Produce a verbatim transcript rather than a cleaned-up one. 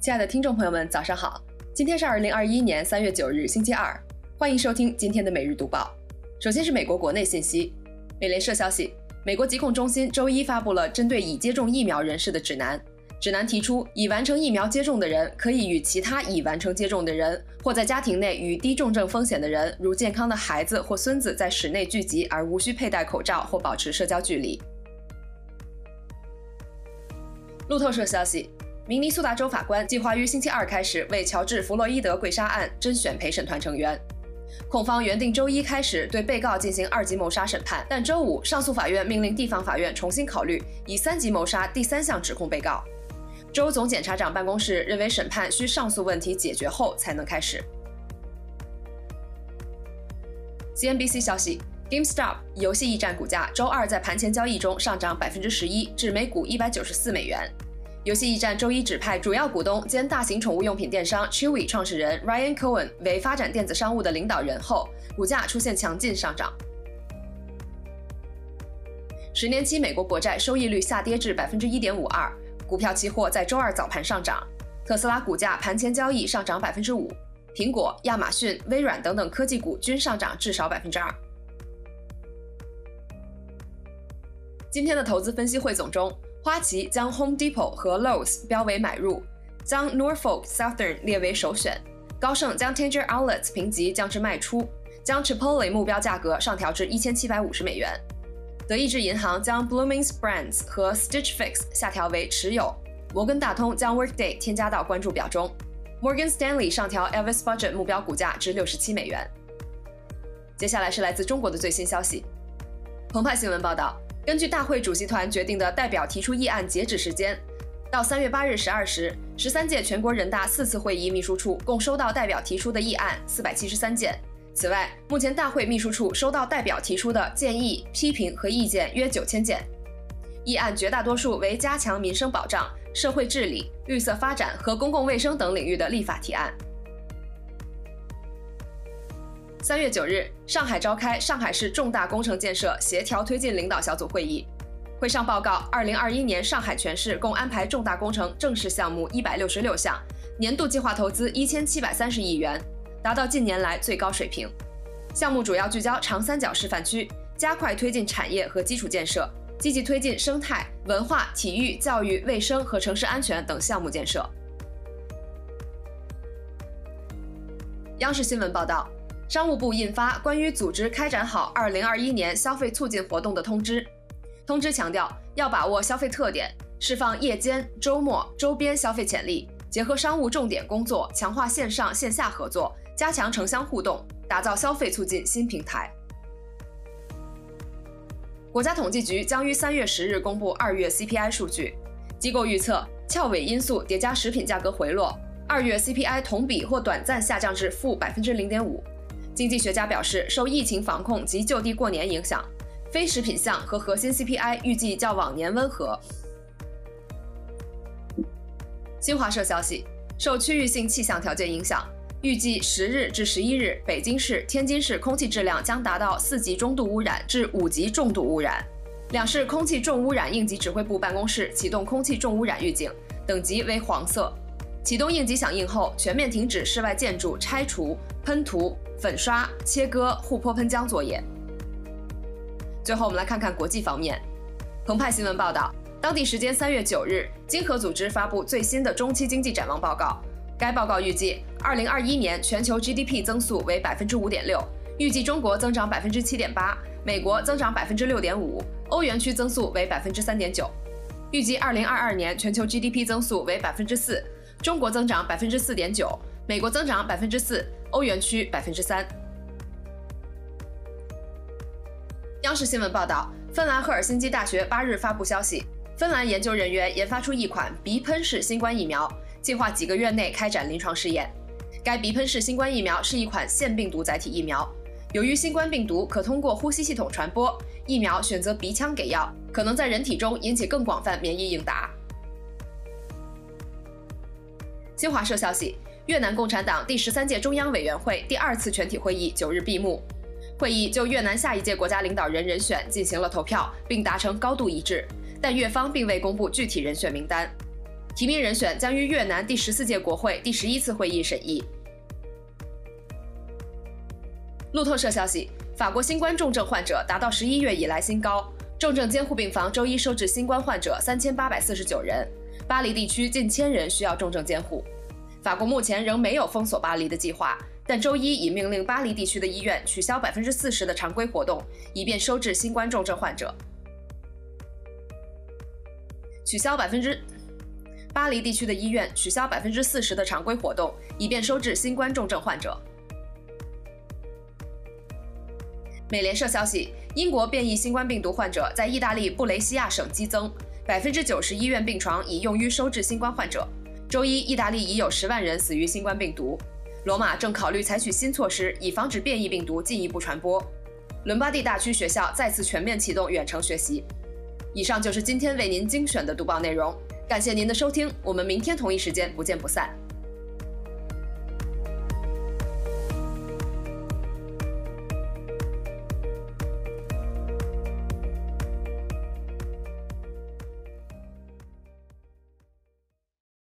亲爱的听众朋友们，早上好！今天是二零二一年三月九日，星期二，欢迎收听今天的每日读报。首先是美国国内信息，美联社消息，美国疾控中心周一发布了针对已接种疫苗人士的指南。指南提出，已完成疫苗接种的人可以与其他已完成接种的人，或在家庭内与低重症风险的人，如健康的孩子或孙子，在室内聚集而无需佩戴口罩或保持社交距离。路透社消息，明尼苏达州法官计划于星期二开始为乔治·弗洛伊德跪杀案甄选陪审团成员。控方原定周一开始对被告进行二级谋杀审判，但周五上诉法院命令地方法院重新考虑，以三级谋杀第三项指控被告。州总检察长办公室认为审判需上诉问题解决后才能开始。C N B C 消息 ，GameStop 游戏驿站股价周二在盘前交易中上涨百分之十一，至每股一百九十四美元。游戏驿站周一指派主要股东兼大型宠物用品电商 Chewy 创始人 Ryan Cohen 为发展电子商务的领导人后，股价出现强劲上涨。十年期美国国债收益率下跌至百分之一点五二。股票期货在周二早盘上涨，特斯拉股价盘前交易上涨百分之五，苹果、亚马逊、微软等等科技股均上涨至少百分之二。今天的投资分析汇总中，花旗将 Home Depot 和 Lowe's 标为买入，将 Norfolk Southern 列为首选，高盛将 Tanger Outlets 评级降至卖出，将 Chipotle 目标价格上调至一千七百五十美元。德意志银行将 Blooming's Brands 和 Stitch Fix 下调为持有，摩根大通将 Workday 添加到关注表中， Morgan Stanley 上调 Elvis Budget 目标股价至六十七美元。接下来是来自中国的最新消息。澎湃新闻报道，根据大会主席团决定的代表提出议案截止时间，到三月八日十二时，十三届全国人大四次会议秘书处共收到代表提出的议案四百七十三件。此外，目前大会秘书处收到代表提出的建议、批评和意见约九千件。议案绝大多数为加强民生保障、社会治理、绿色发展和公共卫生等领域的立法提案。三月九日，上海召开上海市重大工程建设协调推进领导小组会议，会上报告二零二一年上海全市共安排重大工程正式项目一百六十六项，年度计划投资一千七百三十亿元。达到近年来最高水平。项目主要聚焦长三角示范区，加快推进产业和基础建设，积极推进生态、文化、体育、教育、卫生和城市安全等项目建设。央视新闻报道，商务部印发关于组织开展好二零二一年消费促进活动的通知。通知强调，要把握消费特点，释放夜间、周末、周边消费潜力，结合商务重点工作，强化线上线下合作，加强城乡互动，打造消费促进新平台。国家统计局将于三月十日公布二月 C P I 数据，机构预测翘尾因素叠加食品价格回落，二月 C P I 同比或短暂下降至负百分之零点五。经济学家表示，受疫情防控及就地过年影响，非食品项和核心 C P I 预计较往年温和。新华社消息，受区域性气象条件影响，预计十日至十一日，北京市、天津市空气质量将达到四级中度污染至五级重度污染。两市空气重污染应急指挥部办公室启动空气重污染预警，等级为黄色。启动应急响应后，全面停止室外建筑拆除、喷涂、粉刷、切割、护坡喷浆作业。最后，我们来看看国际方面。澎湃新闻报道，当地时间三月九日，经合组织发布最新的中期经济展望报告。该报告预计，二零二一年全球 G D P 增速为百分之五点六，预计中国增长百分之七点八，美国增长百分之六点五，欧元区增速为百分之三点九。预计二零二二年全球 G D P 增速为百分之四，中国增长百分之四点九，美国增长百分之四，欧元区百分之三。央视新闻报道，芬兰赫尔辛基大学八日发布消息，芬兰研究人员研发出一款鼻喷式新冠疫苗，计划几个月内开展临床试验。该鼻喷式新冠疫苗是一款腺病毒载体疫苗，由于新冠病毒可通过呼吸系统传播，疫苗选择鼻腔给药，可能在人体中引起更广泛免疫应答。新华社消息，越南共产党第十三届中央委员会第二次全体会议九日闭幕。会议就越南下一届国家领导人人选进行了投票，并达成高度一致，但越方并未公布具体人选名单。 提名人选将于越南第十四届国会第十一次会议审议。路透社消息，法国新冠重症患者达到十一月以来新高，重症监护病房周一收治新冠患者三千八百四十九人，巴黎地区近千人需要重症监护。法国目前仍没有封锁巴黎的计划，但周一已命令巴黎地区的医院取消百分之四十的常规活动，以便收治新冠重症患者。取消百分之巴黎地区的医院取消百分之四十的常规活动，以便收治新冠重症患者。美联社消息，英国变异新冠病毒患者在意大利布雷西亚省激增，百分之九十医院病床已用于收治新冠患者。周一，意大利已有十万人死于新冠病毒。罗马正考虑采取新措施，以防止变异病毒进一步传播。伦巴第大区学校再次全面启动远程学习。以上就是今天为您精选的读报内容，感谢您的收听，我们明天同一时间不见不散。